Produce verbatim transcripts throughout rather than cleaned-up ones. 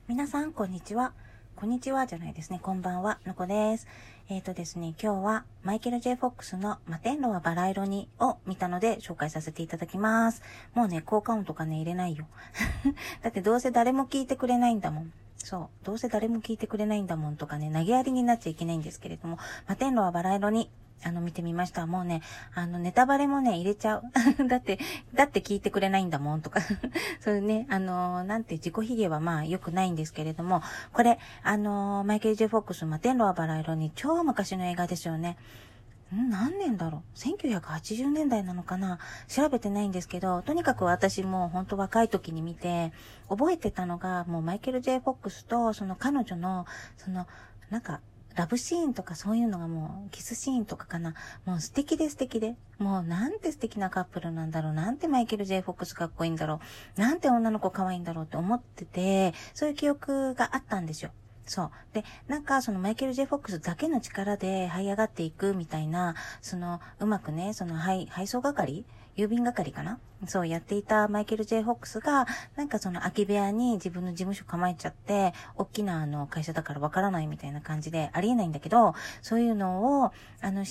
皆さん、こんにちは。こんにちはじゃないですね。こんばんは、のこです。えーとですね、今日はマイケル・ジェイ・フォックスの摩天楼はバラ色にを見たので紹介させていただきます。もうね、効果音とかね、入れないよ。だってどうせ誰も聞いてくれないんだもん。そう。どうせ誰も聞いてくれないんだもんとかね、投げやりになっちゃいけないんですけれども、摩天楼はバラ色にあの、見てみました。もうね、あの、ネタバレもね、入れちゃう。だって、だって聞いてくれないんだもんとか。そうね、あの、なんて自己卑下はまあ良くないんですけれども、これ、あの、マイケル・ジェフォックス、摩天楼はバラ色に超昔の映画ですよね。ん何年だろう ?せんきゅうひゃくはちじゅう 年代なのかな調べてないんですけど、とにかく私も本当若い時に見て、覚えてたのが、もうマイケル・ジェイ・フォックスと、その彼女の、その、なんか、ラブシーンとかそういうのがもう、キスシーンとかかな。もう素敵で素敵で。もうなんて素敵なカップルなんだろう。なんてマイケル・ジェイ・フォックスかっこいいんだろう。なんて女の子可愛いんだろうって思ってて、そういう記憶があったんですよ。そう。で、なんかそのマイケル・ジェイ・フォックスだけの力で這い上がっていくみたいな、そのうまくね、その配、配送係郵便係かなそうやっていたマイケル・ジェイ・フォックスが、なんかその空き部屋に自分の事務所構えちゃって、大きなあの会社だからわからないみたいな感じでありえないんだけど、そういうのを、あのして、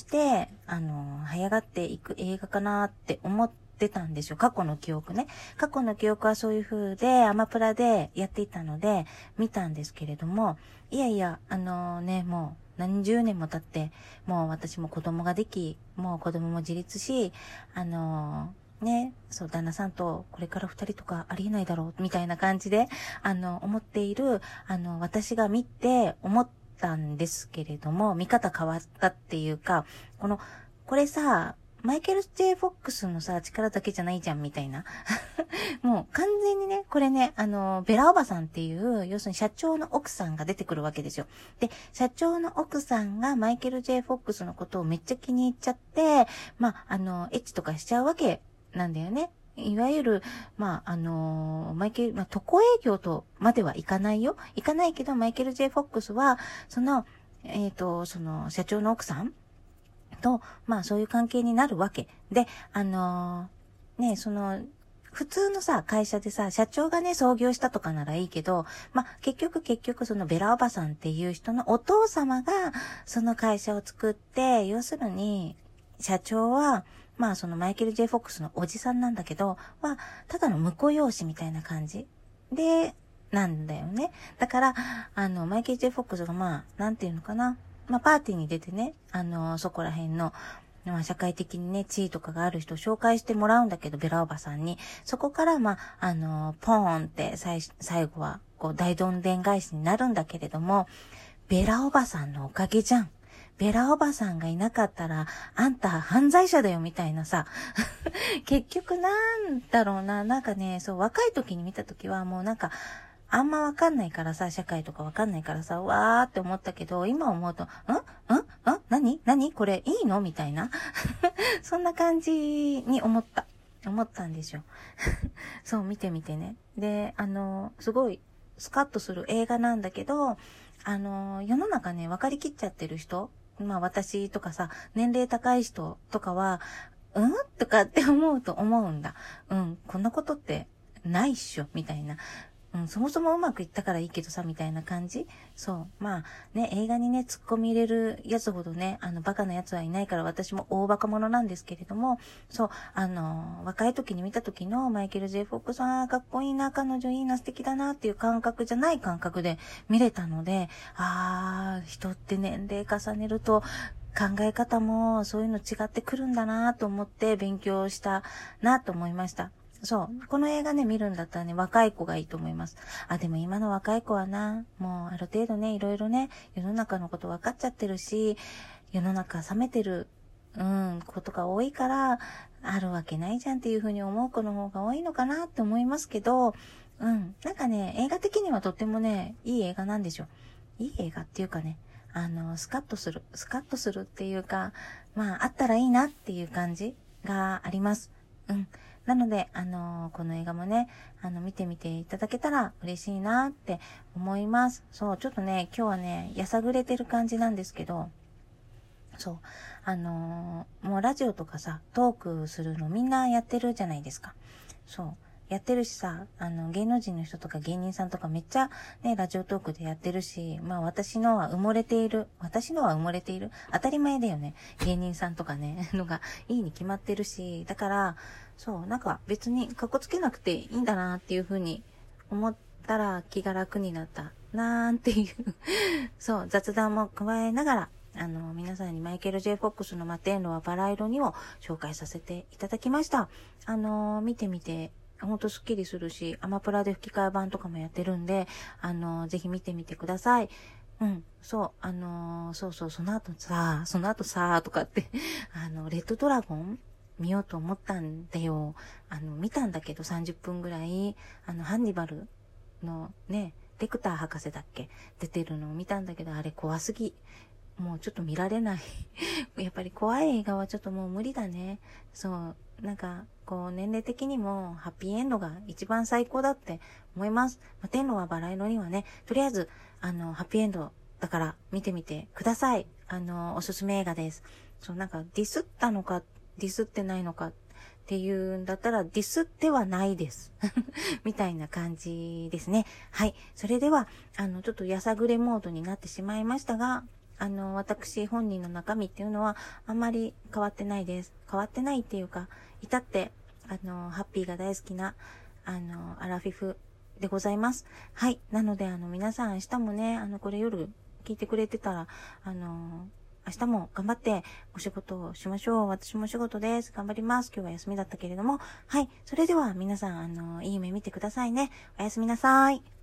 あの、這い上がっていく映画かなって思って、出たんですよ。過去の記憶ね。過去の記憶はそういう風で、アマプラでやっていたので、見たんですけれども、いやいや、あのね、もう何十年も経って、もう私も子供ができ、もう子供も自立し、あのね、そう、旦那さんとこれから二人とかありえないだろう、みたいな感じで、あの、思っている、あの、私が見て思ったんですけれども、見方変わったっていうか、この、これさ、マイケル・ジェイ・フォックスのさ、力だけじゃないじゃん、みたいな。もう完全にね、これね、あの、ベラおばさんっていう、要するに社長の奥さんが出てくるわけですよ。で、社長の奥さんがマイケル・ジェイ・フォックスのことをめっちゃ気に入っちゃって、まあ、あの、エッチとかしちゃうわけなんだよね。いわゆる、まあ、あの、マイケル、まあ、渡航営業とまではいかないよ。いかないけど、マイケル・ジェイ・フォックスは、その、えっと、その、社長の奥さんと、まあそういう関係になるわけ。で、あのー、ね、その、普通のさ、会社でさ、社長がね、創業したとかならいいけど、まあ結局結局そのベラおばさんっていう人のお父様が、その会社を作って、要するに、社長は、まあそのマイケル・ジェイ・フォックスのおじさんなんだけど、は、ただの婿養子みたいな感じ。で、なんだよね。だから、あの、マイケル・ジェイ・フォックスがまあ、なんていうのかな。まあ、パーティーに出てね、あの、そこら辺の、まあ、社会的にね、地位とかがある人を紹介してもらうんだけど、ベラおばさんに。そこから、まあ、あの、ポーンって最、最後は、こう、大どんでん返しになるんだけれども、ベラおばさんのおかげじゃん。ベラおばさんがいなかったら、あんた犯罪者だよみたいなさ。結局なんだろうな。なんかね、そう、若い時に見た時はもうなんか、あんまわかんないからさ、社会とかわかんないからさ、わーって思ったけど、今思うと、んんん何何これいいのみたいな。そんな感じに思った。思ったんですよ。そう、見てみてね。で、あの、すごい、スカッとする映画なんだけど、あの、世の中ね、分かりきっちゃってる人、まあ私とかさ、年齢高い人とかは、うんとかって思うと思うんだ。うん、こんなことってないっしょ、みたいな。うん、そもそもうまくいったからいいけどさ、みたいな感じ。そう。まあ、ね、映画にね、突っ込み入れるやつほどね、あの、バカなやつはいないから私も大バカ者なんですけれども、そう、あの、若い時に見た時のマイケル・ジェイ・フォックさん、かっこいいな、彼女いいな、素敵だなっていう感覚じゃない感覚で見れたので、あー、人って年齢重ねると、考え方もそういうの違ってくるんだなと思って勉強したなと思いました。そう。この映画ね、見るんだったらね、若い子がいいと思います。あ、でも今の若い子はな、もうある程度ね、いろいろね、世の中のこと分かっちゃってるし、世の中冷めてる、うん、ことが多いから、あるわけないじゃんっていうふうに思う子の方が多いのかなって思いますけど、うん。なんかね、映画的にはとってもね、いい映画なんでしょ。いい映画っていうかね、あの、スカッとする。スカッとするっていうか、まあ、あったらいいなっていう感じがあります。うん。なので、あのー、この映画もね、あの、見てみていただけたら嬉しいなって思います。そう、ちょっとね、今日はね、やさぐれてる感じなんですけど、そう、あのー、もうラジオとかさ、トークするのみんなやってるじゃないですか。そう。 やってるしさ、あの、芸能人の人とか芸人さんとかめっちゃね、ラジオトークでやってるし、まあ私のは埋もれている。私のは埋もれている。当たり前だよね。芸人さんとかね、のがいいに決まってるし、だから、そう、なんか別にかっこつけなくていいんだなっていう風に思ったら気が楽になったなーっていうそう、雑談も加えながら、あの、皆さんにマイケル・ジェイ・フォックスの摩天楼はバラ色にを紹介させていただきました。あの、見てみて、ほんとスッキリするし、アマプラで吹き替え版とかもやってるんで、あの、ぜひ見てみてください。うん、そう、あのー、そうそう、その後さ、その後さ、とかってあの、レッドドラゴン見ようと思ったんだよ。あの、見たんだけどさんじゅっぷんぐらい、あの、ハンニバルのね、レクター博士だっけ出てるのを見たんだけど、あれ怖すぎ。もうちょっと見られない。やっぱり怖い映画はちょっともう無理だね。そう。なんか、こう、年齢的にもハッピーエンドが一番最高だって思います。まあ、天皇はバラ色にはね、とりあえず、あの、ハッピーエンドだから見てみてください。あの、おすすめ映画です。そう、なんかディスったのか、ディスってないのかっていうんだったら、ディスってはないです。みたいな感じですね。はい。それでは、あの、ちょっとやさぐれモードになってしまいましたが、あの、私本人の中身っていうのはあんまり変わってないです。変わってないっていうか、至って、あの、ハッピーが大好きな、あの、アラフィフでございます。はい。なので、あの、皆さん明日もね、あの、これ夜聞いてくれてたら、あの、明日も頑張ってお仕事をしましょう。私もお仕事です。頑張ります。今日は休みだったけれども。はい。それでは皆さん、あの、いい夢見てくださいね。おやすみなさい。